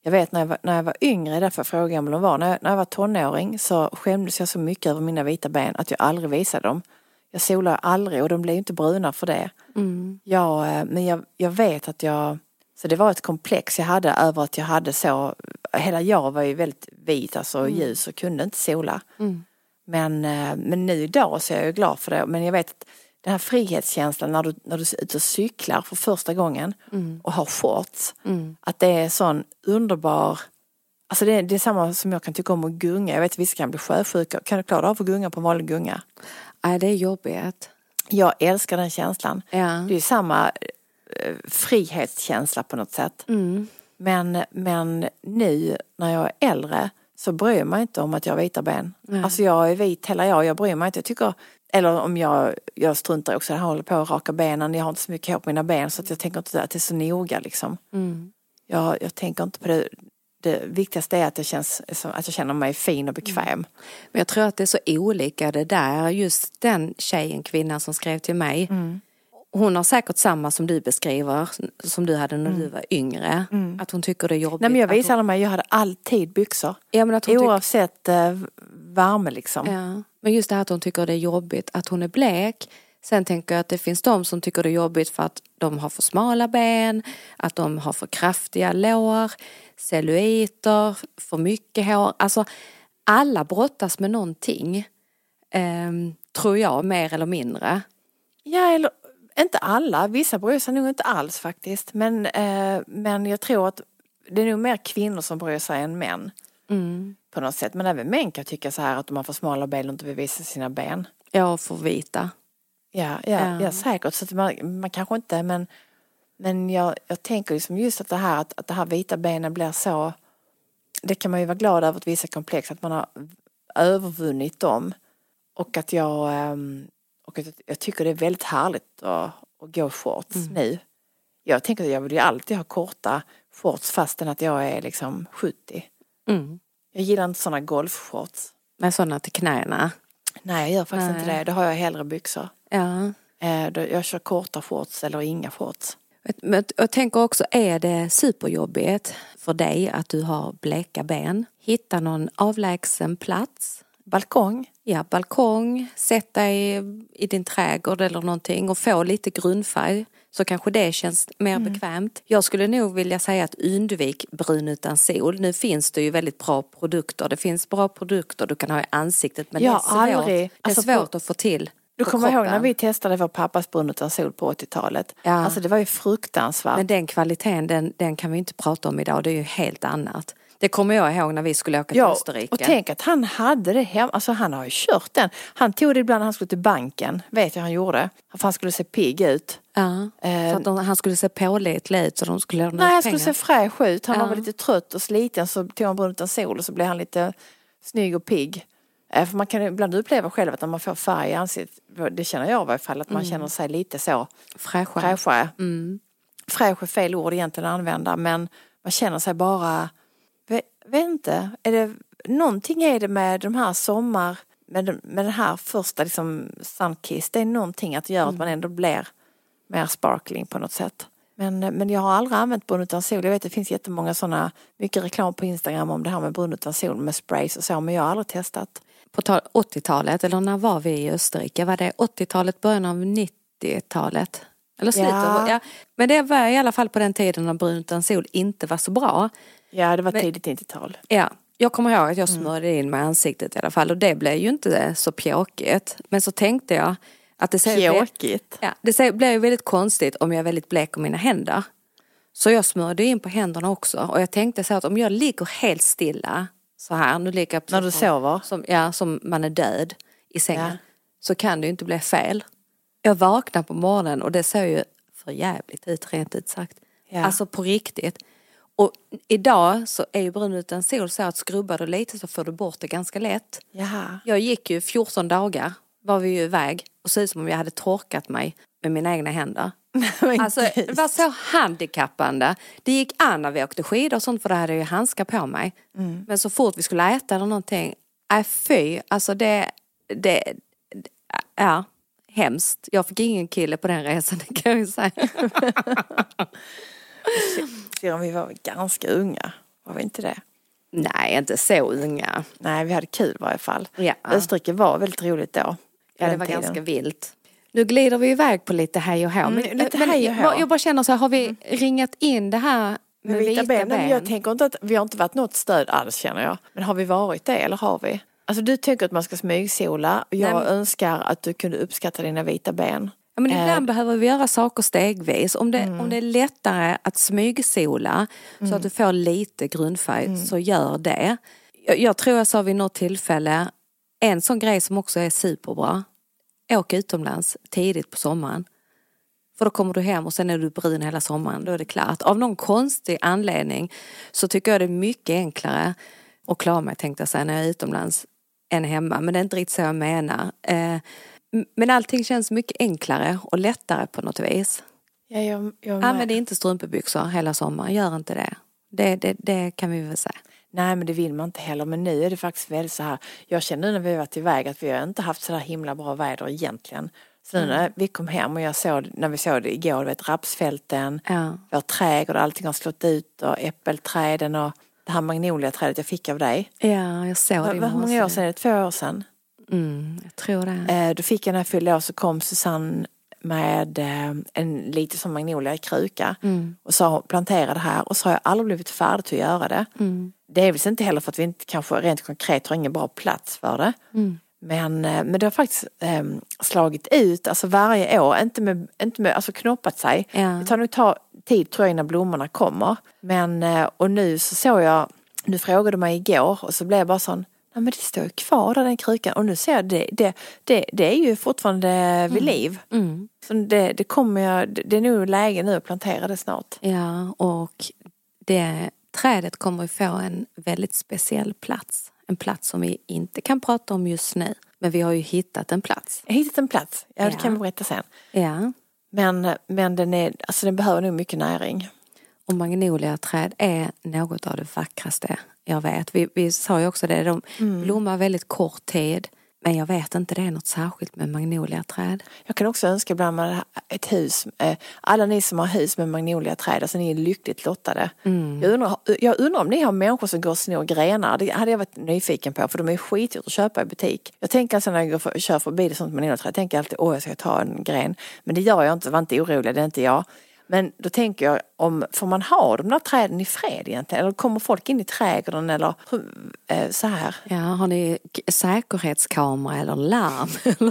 Jag vet när jag var, när jag var yngre, därför frågade jag om de var. När jag, när jag var tonåring så skämdes jag så mycket över mina vita ben att jag aldrig visade dem. Jag solade aldrig och de blev inte bruna för det. Mm. Jag, men jag, jag vet att jag... Så det var ett komplex jag hade över att jag hade så... Hela jag var ju väldigt vit, alltså Mm. ljus och kunde inte sola. Mm. Men, men nu idag så är jag ju glad för det. Men jag vet att den här frihetskänslan när du, när du är ute och cyklar för första gången Mm. och har shorts. Mm. Att det är sån underbar... Alltså det är, det är samma som jag kan tycka om att gunga. Jag vet att vissa kan bli sjösjuka. Kan du klara av att gunga på en vanlig gunga? Nej, det är jobbigt. Jag älskar den känslan. Ja. Det är ju samma eh, frihetskänsla på något sätt. Mm. Men, men nu när jag är äldre så bryr jag mig inte om att jag har vita ben. Mm. Alltså jag är vit hela jag, jag bryr mig inte. Jag tycker, eller om jag, jag struntar också, jag håller på att raka benen. Jag har inte så mycket hår på mina ben så att jag tänker inte att det är så noga liksom. Mm. Jag, jag tänker inte på det. Det viktigaste är att jag, känns, att jag känner mig fin och bekväm. Mm. Men jag tror att det är så olika det där. Just den tjejen, kvinnan som skrev till mig. Mm. Hon har säkert samma som du beskriver. Som du hade när Mm. du var yngre. Mm. Att hon tycker det är jobbigt. Nej, men jag visade hon... mig, jag hade alltid byxor. Ja, men att hon oavsett eh, värme liksom. Ja. Men just det här att hon tycker det är jobbigt. Att hon är blek. Sen tänker jag att det finns de som tycker det är jobbigt för att de har för smala ben. Att de har för kraftiga lår. Celluliter. För mycket hår. Alltså alla brottas med någonting. Eh, tror jag, mer eller mindre. Ja, eller inte alla. Vissa bryr sig nog inte alls faktiskt. Men, eh, men jag tror att det är nog mer kvinnor som bryr sig än män. Mm. På något sätt. Men även män kan tycka så här att de har för smala ben och inte vill visa sina ben. Ja, för vita. Ja, ja, Ja. ja säkert. Så att man, man kanske inte, men, men jag, jag tänker liksom just att det här att, att det här vita benen blir så, det kan man ju vara glad över att vissa komplex, att man har övervunnit dem. Och att jag, ehm, och att jag tycker det är väldigt härligt att, att gå shorts Mm. nu. Jag tänker att jag vill ju alltid ha korta shorts fastän att jag är liksom sjuttio. Mm. Jag gillar inte sådana golfshorts. Med sådana till knäna. Nej, jag gör faktiskt Nej. inte det. Då har jag hellre byxor. Ja. Eh, då, jag kör korta shorts eller inga shorts. Men jag tänker också, är det superjobbigt för dig att du har bleka ben? Hitta någon avlägsen plats. Balkong. Ja, balkong. Sätt dig i din trädgård eller någonting och få lite grundfärg. Så kanske det känns mer Mm. bekvämt. Jag skulle nog vilja säga att undvik brun utan sol. Nu finns det ju väldigt bra produkter. Det finns bra produkter du kan ha i ansiktet. Men Jag det är svårt, har aldrig- det är alltså svårt på- att få till. Du på kommer ihåg kroppen. när vi testade vår pappas brun utan sol på åttiotalet. Ja. Alltså det var ju fruktansvärt. Men den kvaliteten, den, den kan vi inte prata om idag. Det är ju helt annat. Det kommer jag ihåg när vi skulle åka till Ja, Österrike. och tänk att han hade det hem. Alltså han har ju kört den. Han tog det ibland när han skulle till banken. Vet jag han gjorde. För han skulle se pigg ut. Ja, Eh, så att de, han skulle se pålitlig ut så de skulle låna Nej, ut han skulle pengar. se fräsch ut. Han Ja. var väl lite trött och sliten, så tog han brun utan sol och så blev han lite snygg och pigg. Eh, För man kan ibland uppleva själv att när man får färg i ansiktet, det känner jag i varje fall, att man känner sig lite så Fräscha. fräschare. Mm. Fräsch är fel ord egentligen att använda, men man känner sig bara, vet, vet inte, är det, någonting är det med de här sommar, med, den- med den här första liksom sunkiss, det är någonting att göra att man ändå blir mer sparkling på något sätt. Men, men jag har aldrig använt brun utan sol. Jag vet att det finns jättemånga sådana, mycket reklam på Instagram om det här med brun utan sol med sprays och så, men jag har aldrig testat. På tal- åttiotalet, eller när var vi i Österrike? Var det åttiotalet, början av nittiotalet? Eller slutet? Ja. Ja. Men det var i alla fall på den tiden när brun utan sol inte var så bra. Ja, det var Men- tidigt nittiotal. Ja, jag kommer ihåg att jag smörjde in med ansiktet i alla fall och det blev ju inte så pjåkigt. Men så tänkte jag att det ser, Pjåkigt. ja, det ser, blir ju väldigt konstigt om jag är väldigt blek om mina händer. Så jag smörjde in på händerna också och jag tänkte så att om jag ligger helt stilla så här, nu ligger jag När du som, sover? som, ja, som man är död i sängen, Ja. så kan det ju inte bli fel. Jag vaknar på morgonen och det ser ju för jävligt ut, rent ut sagt. Ja. Alltså på riktigt. Och idag så är ju brun utan sol så att skrubbar du lite så får du bort det ganska lätt. Jaha. Jag gick ju fjorton dagar, var vi ju iväg och såg ut som om jag hade torkat mig med mina egna händer. Men Alltså gud. det var så handikappande. Det gick an när vi åkte skidor och sånt för då hade jag ju handskar på mig. Mm. Men så fort vi skulle äta eller någonting, äh fy, alltså det, det, det ja, hemskt. Jag fick ingen kille på den resan, det kan jag ju säga. Ser om vi var ganska unga. Har vi inte det? Nej, inte så unga. Nej, vi hade kul i varje fall. Ja. Österrike var väldigt roligt då. Ja, det var tiden. Ganska vilt. Nu glider vi iväg på lite hej och hå. Mm, men, lite men hej och hå. Jag, jag bara känner så här, har vi mm. ringat in det här med, med vita, vita ben? ben? Jag tänker inte att vi har inte varit något stöd alls, känner jag. Men har vi varit det, eller har vi? Alltså du tycker att man ska smygsola och jag Nej, men... önskar att du kunde uppskatta dina vita ben. Ja, men ibland eh. behöver vi göra saker stegvis. Om det, mm. om det är lättare att smygsola mm. så att du får lite grundfärg mm. så gör det. Jag, jag tror jag sa vid något tillfälle, en sån grej som också är superbra. Åk utomlands tidigt på sommaren. För då kommer du hem och sen är du brun hela sommaren. Då är det klart. Av någon konstig anledning så tycker jag det är mycket enklare att klara mig, tänkte jag säga, när jag är utomlands än hemma. Men det är inte riktigt så jag menar. Eh, men allting känns mycket enklare och lättare på något vis. Ja, jag, jag Använd inte strumpbyxor hela sommaren. Gör inte det. Det, det. det kan vi väl säga. Nej, men det vill man inte heller. Men nu är det faktiskt väldigt så här. Jag känner nu när vi har varit iväg att vi har inte haft så där himla bra väder egentligen. Så nu när vi kom hem och jag såg, när vi såg det igår, du vet, rapsfälten, ja. vår trädgård, allting har slått ut och äppelträden och det här magnoliaträdet jag fick av dig. Ja, jag såg det. Hur många år sedan? Är det två år sedan? Mm, jag tror det. Eh, då fick jag när jag fyllde år så kom Susanne med eh, en lite som magnolia i kruka mm. och så planterade här och så har jag aldrig blivit färdig till att göra det. Mm. Det är väl inte heller för att vi inte kanske rent konkret har ingen bra plats för det. Mm. Men, men det har faktiskt eh, slagit ut, alltså varje år, inte med, inte med alltså knoppat sig. Ja. Det tar nog ta tid tror jag innan blommorna kommer. Men, eh, och nu så såg jag, nu frågade mig igår och så blev jag bara sån, nej men det står ju kvar där den krukan och nu ser jag det, det, det, det är ju fortfarande vid mm. liv. Mm. Så det, det kommer jag, det är nog läge nu att plantera det snart. Ja, och det trädet kommer att få en väldigt speciell plats. En plats som vi inte kan prata om just nu. Men vi har ju hittat en plats. Jag har hittat en plats, ja, ja. det kan vi berätta sen. Ja. Men, men den, är, alltså den behöver nog mycket näring. Och magnoliaträd är något av det vackraste jag vet. Vi, vi sa ju också det, de mm. blommar väldigt kort tid. Men jag vet inte, det är något särskilt med magnoliaträd. Jag kan också önska ibland med ett hus. Alla ni som har hus med magnoliaträd, alltså ni är lyckligt lottade. Mm. Jag, undrar, jag undrar om ni har människor som går och snor grenar. Det hade jag varit nyfiken på, för de är skitgjort att köpa i butik. Jag tänker alltså när jag går för, kör förbi det sånt magnoliaträd, jag tänker alltid, åh jag ska ta en gren. Men det gör jag inte, var inte orolig, det är inte jag. Men då tänker jag, om, får man ha de där träden i fred egentligen? Eller kommer folk in i trädgården eller eh, så här? Ja, har ni säkerhetskamera eller larm?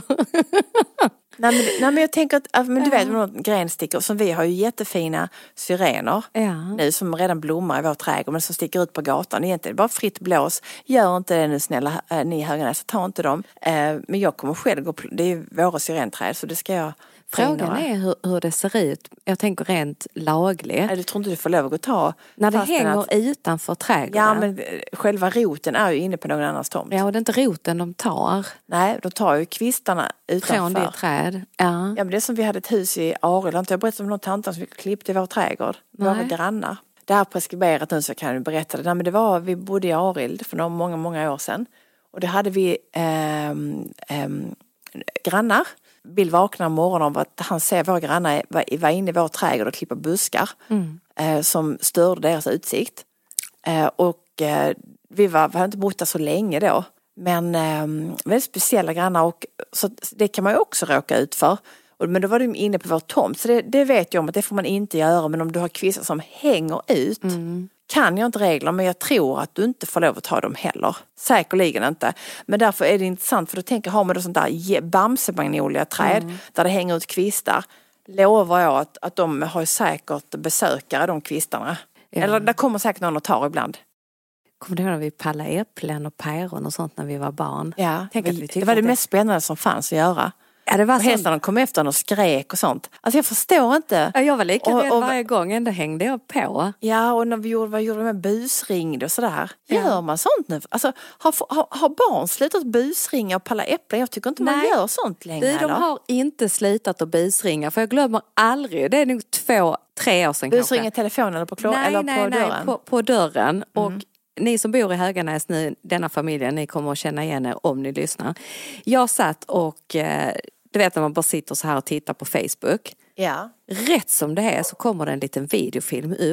nej, men, nej men jag tänker att, men du vet med någon grenstickor som vi har ju jättefina syrener ja. nu som redan blommar i vår trädgård men som sticker ut på gatan. Egentligen bara fritt blås. Gör inte det nu snälla äh, ni i Höganäs, ta inte dem. Äh, men jag kommer själv gå, det är våra syrenträd så det ska jag. Frågan är hur, hur det ser ut. Jag tänker rent lagligt. Nej, du tror inte du får lov att gå och ta. När det hänger att, utanför trädgården. Ja, men själva roten är ju inne på någon annans tomt. Ja, och det är inte roten de tar. Nej, de tar ju kvistarna utanför. Från det träd. Ja. Ja, men det är som vi hade ett hus i Arild. Jag berättade om någon tantan som vi klippte i vår trädgård. Nej. Våra grannar. Det här preskriberat nu så kan jag berätta det. Nej, men det var, vi bodde i Arild för några, många, många år sedan. Och det hade vi ähm, ähm, grannar. Bill vaknar morgonen av att han ser våra grannar var, var inne i vår trädgård och klippa buskar mm. eh, som störde deras utsikt. Eh, och eh, vi, var, vi hade inte bott där så länge då. Men eh, väldigt speciella grannar och så det kan man ju också råka ut för. Och, men då var de inne på vår tomt så det, det vet jag om att det får man inte göra. Men om du har kvistar som hänger ut mm. kan jag inte regler, men jag tror att du inte får lov att ta dem heller. Säkerligen inte. Men därför är det intressant, för då tänker jag, har man då sånt där bamsemagnoliaträd mm. där det hänger ut kvistar, lovar jag att, att de har säkert besökare, de kvistarna. Ja. Eller där kommer säkert någon att ta ibland. Kommer du ihåg när vi pallade äpplen och päron och sånt när vi var barn? Ja, Tänk vi, att vi det var det att mest spännande som fanns att göra. Ja, det var och hästarna kom efter och skrek och sånt. Alltså jag förstår inte. Ja, jag var lika och, rädd och, varje gång, ändå hängde jag på. Ja, och när vi gjorde, vad gjorde vi med busringde och sådär. Ja. Gör man sånt nu? Alltså, har, har, har barn slutat busringa och palla äpplen? Jag tycker inte Nej. man gör sånt längre. Nej, de eller? har inte slutat att busringa, för jag glömmer aldrig. Det är nog två, tre år sedan busringa kanske. Busringa telefonen eller på, klå- nej, eller nej, på nej, dörren? på, på dörren. Mm. Och ni som bor i Höganäs nu, denna familjen, ni kommer att känna igen er om ni lyssnar. Jag satt och... Eh, du vet när man bara sitter så här och tittar på Facebook. Ja. Rätt som det är så kommer det en liten videofilm upp.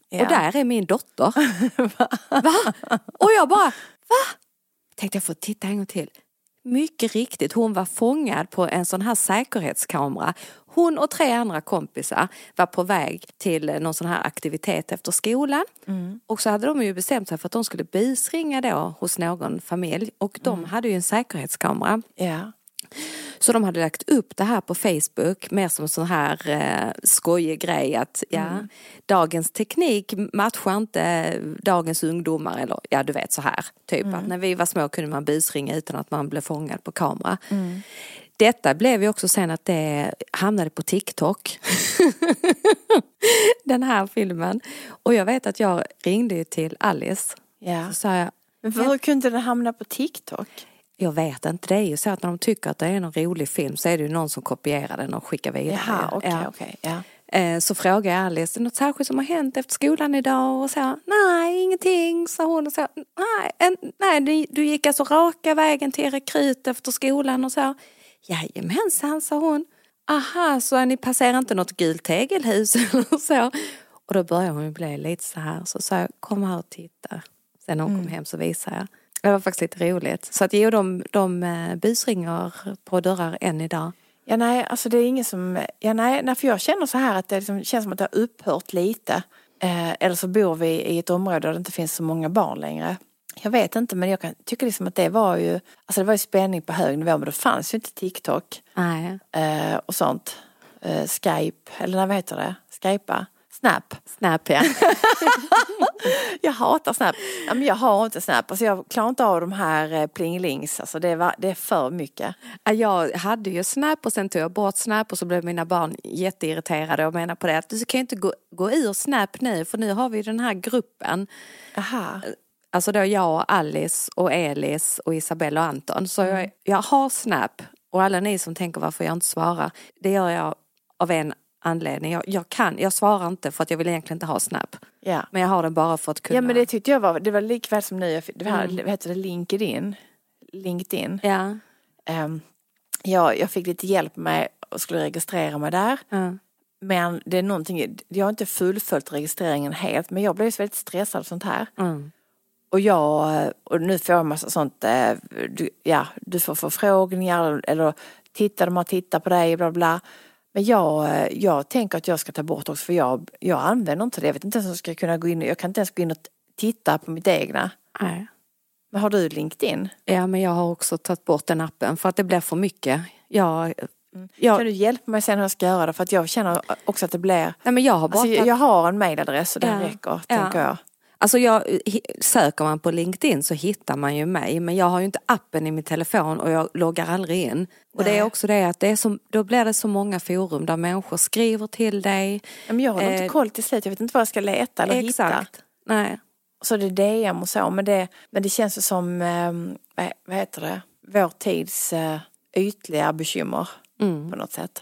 Ja. Och där är min dotter. Va? Och jag bara, va? Tänkte jag får titta en gång till. Mycket riktigt, hon var fångad på en sån här säkerhetskamera. Hon och tre andra kompisar var på väg till någon sån här aktivitet efter skolan. Mm. Och så hade de ju bestämt sig för att de skulle busringa då hos någon familj. Och de mm. hade ju en säkerhetskamera. Ja. Så de hade lagt upp det här på Facebook mer som sån här eh, skojig grej att ja, mm. dagens teknik matchar inte dagens ungdomar eller ja du vet så här typ mm. att när vi var små kunde man busringa utan att man blev fångad på kamera. Mm. Detta blev ju också sen att det hamnade på TikTok. Den här filmen. Och jag vet att jag ringde ju till Alice. Ja. Så sa jag, men hur kunde det hamna på TikTok? Jag vet inte, det är ju så att när de tycker att det är en rolig film så är det ju någon som kopierar den och skickar vidare. Jaha, okej, ja. okej. Ja. Så frågade jag Alice, är det något särskilt som har hänt efter skolan idag? Och så, nej, ingenting, sa hon. Och så, nej, en, nej du, du gick alltså raka vägen till rekryt efter skolan och så. Jajamensan, sa hon. Aha, så ni passerar inte något gult tegelhus eller så. Och då började hon bli lite så här. Så sa jag, kom här och titta. Sen när hon mm. kom hem så visade jag. Det var faktiskt lite roligt. Så att jo, de, de busringer på dörrar än idag. Ja, nej, alltså det är ingen som... Ja, nej, nej för jag känner så här att det liksom känns som att det har upphört lite. Eh, eller så bor vi i ett område där det inte finns så många barn längre. Jag vet inte, men jag kan tycka liksom att det var ju... Alltså det var ju spänning på hög nivå, men det fanns ju inte TikTok. Nej. Eh, och sånt. Eh, Skype, eller vad heter det? Skypa. Snap. Snap, ja. Jag hatar Snap. Ja, men jag har inte Snap. Alltså jag klarar inte av de här plinglings. Alltså det, var, det är för mycket. Jag hade ju Snap och sen tog jag bort Snap och så blev mina barn jätteirriterade och menar på det att du kan ju inte gå, gå ur Snap nu för nu har vi den här gruppen. Aha. Alltså då jag och Alice och Elis och Isabella och Anton. Så mm. jag, jag har Snap och alla ni som tänker varför jag inte svarar. Det gör jag av en anledning. Jag, jag kan, jag svarar inte för att jag vill egentligen inte ha Snap. Ja. Men jag har den bara för att kunna. Ja, men det tyckte jag var, det var likväl som nu, det här, mm. vad heter det, LinkedIn. LinkedIn. Ja. Um, ja, jag fick lite hjälp med och skulle registrera mig där. Mm. Men det är någonting, jag har inte fullföljt registreringen helt, men jag blev så väldigt stressad av sånt här. Mm. Och jag, och nu får jag en massa sånt, du, ja, du får förfrågningar eller titta, de har tittat på dig, bla bla. Men jag, jag tänker att jag ska ta bort också för jag, jag använder inte det. Jag vet inte ens om jag ska kunna gå in. Jag kan inte ens gå in och titta på mitt egna. Nej. Men har du LinkedIn? Ja, men jag har också tagit bort den appen för att det blir för mycket. Jag, jag... Kan du hjälpa mig sen hur jag ska göra det? För att jag känner också att det blir... Nej, men jag har bara... Alltså, jag, jag har en mailadress och den ja. räcker, ja. tänker jag. Alltså jag, söker man på LinkedIn så hittar man ju mig. Men jag har ju inte appen i min telefon och jag loggar aldrig in. Och Nej. Det är också det att det är som, då blir det så många forum där människor skriver till dig. Men jag har eh, inte koll till slut. Jag vet inte vad jag ska leta eller exakt. hitta. Nej. Så det är D M och så. Men det, men det känns som, eh, vad heter det? Vår tids eh, ytliga bekymmer mm. på något sätt.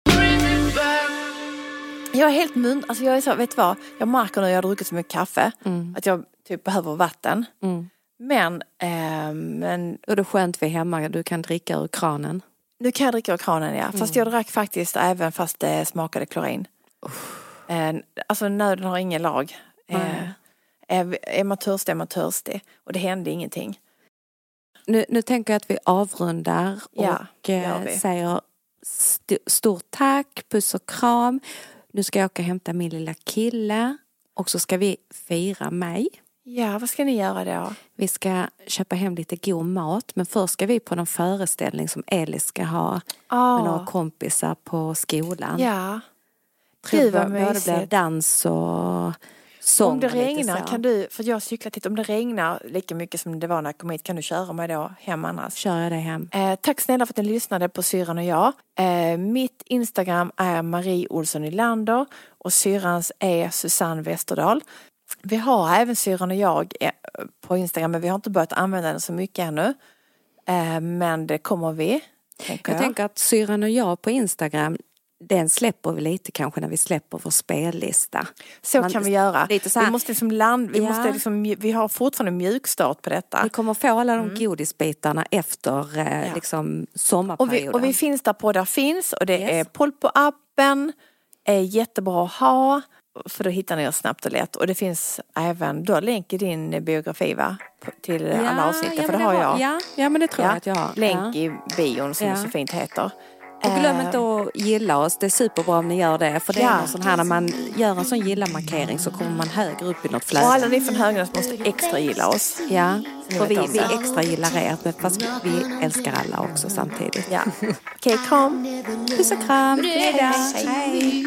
Jag är helt mun, alltså jag är så, vet du vad? Jag märker nu, jag har druckit så mycket kaffe mm. att jag typ behöver vatten. Mm. Men, eh, men... Och det är skönt vi är hemma, du kan dricka ur kranen. Nu kan jag dricka ur kranen, ja. Fast mm. jag drack faktiskt även fast det smakade klorin. Eh, alltså nöden har ingen lag. Eh, är, är man törstig är man törstig. Och det hände ingenting. Nu, nu tänker jag att vi avrundar ja, och eh, säger st- stort tack, puss och kram. Nu ska jag åka och hämta min lilla kille. Och så ska vi fira mig. Ja, vad ska ni göra då? Vi ska köpa hem lite god mat. Men först ska vi på någon föreställning som Elis ska ha. Oh. Med några kompisar på skolan. Ja. Gud vad mysigt. Det blir dans och sång. Om det regnar kan du, för jag har cyklat hit. Om det regnar lika mycket som det var när jag kom hit, kan du köra mig då hem annars? Kör jag det hem. Eh, tack snälla för att ni lyssnade på Syran och jag. Eh, mitt Instagram är Marie Olsson Nylander och syrans är Susanne Westerdahl. Vi har även Syran och jag på Instagram, men vi har inte börjat använda den så mycket ännu. Eh, men det kommer vi, tänker jag. Jag tänker att Syran och jag på Instagram, den släpper vi lite kanske när vi släpper vår spellista. Så Man, kan vi göra. Lite så här, vi måste liksom land, vi, ja. måste liksom, vi har fortfarande mjukstart på detta. Vi kommer få alla de mm. godisbitarna efter eh, ja. liksom sommarperioden. Och vi, och vi finns där på där finns och det yes. är Polpo-appen, är jättebra att ha. för då hittar ni oss snabbt och lätt. Och det finns även, du har länk i din biografi va? Till ja, alla avsnitt, ja, för det har det jag. Ja, ja, men det tror ja. jag att jag har. Länk ja. i bion som ja. det så fint heter. Och glöm inte att gilla oss. Det är superbra om ni gör det. För det är Ja. någon sån här, när man gör en sån gilla-markering så kommer man högre upp i något flöde. Och alla ni från Höganäs måste extra gilla oss. Ja, för vi, vet om vi det. extra gillar er. Men fast vi älskar alla också samtidigt. Ja. Okej, kram. Puss och kram. Hej då. Hej.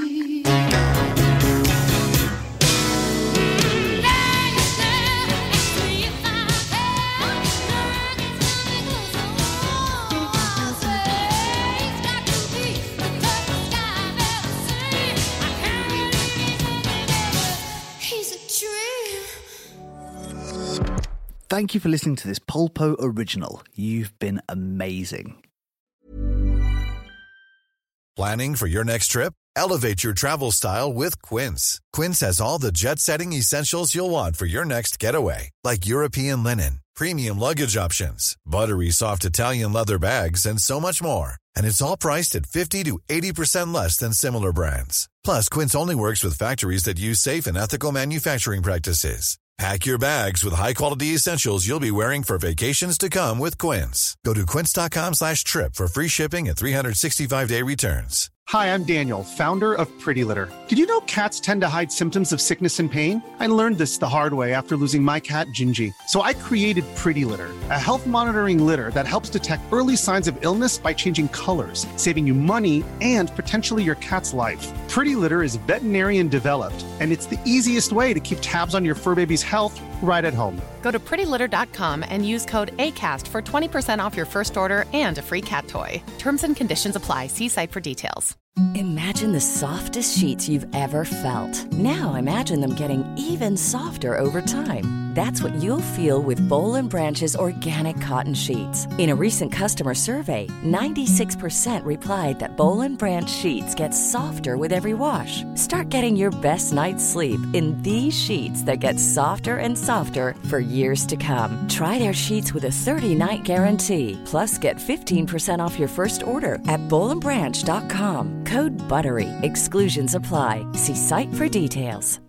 Thank you for listening to this Polpo original. You've been amazing. Planning for your next trip? Elevate your travel style with Quince. Quince has all the jet-setting essentials you'll want for your next getaway, like European linen, premium luggage options, buttery soft Italian leather bags, and so much more. And it's all priced at fifty to eighty percent less than similar brands. Plus, Quince only works with factories that use safe and ethical manufacturing practices. Pack your bags with high-quality essentials you'll be wearing for vacations to come with Quince. Go to quince.com slash trip for free shipping and three sixty-five day returns. Hi, I'm Daniel, founder of Pretty Litter. Did you know cats tend to hide symptoms of sickness and pain? I learned this the hard way after losing my cat, Gingy. So I created Pretty Litter, a health monitoring litter that helps detect early signs of illness by changing colors, saving you money and potentially your cat's life. Pretty Litter is veterinarian developed, and it's the easiest way to keep tabs on your fur baby's health right at home. Go to pretty litter dot com and use code ACAST for twenty percent off your first order and a free cat toy. Terms and conditions apply. See site for details. Imagine the softest sheets you've ever felt. Now imagine them getting even softer over time. That's what you'll feel with Boll and Branch's organic cotton sheets. In a recent customer survey, ninety-six percent replied that Boll and Branch sheets get softer with every wash. Start getting your best night's sleep in these sheets that get softer and softer for years to come. Try their sheets with a thirty-night guarantee. Plus, get fifteen percent off your first order at boll and branch dot com. Code BUTTERY. Exclusions apply. See site for details.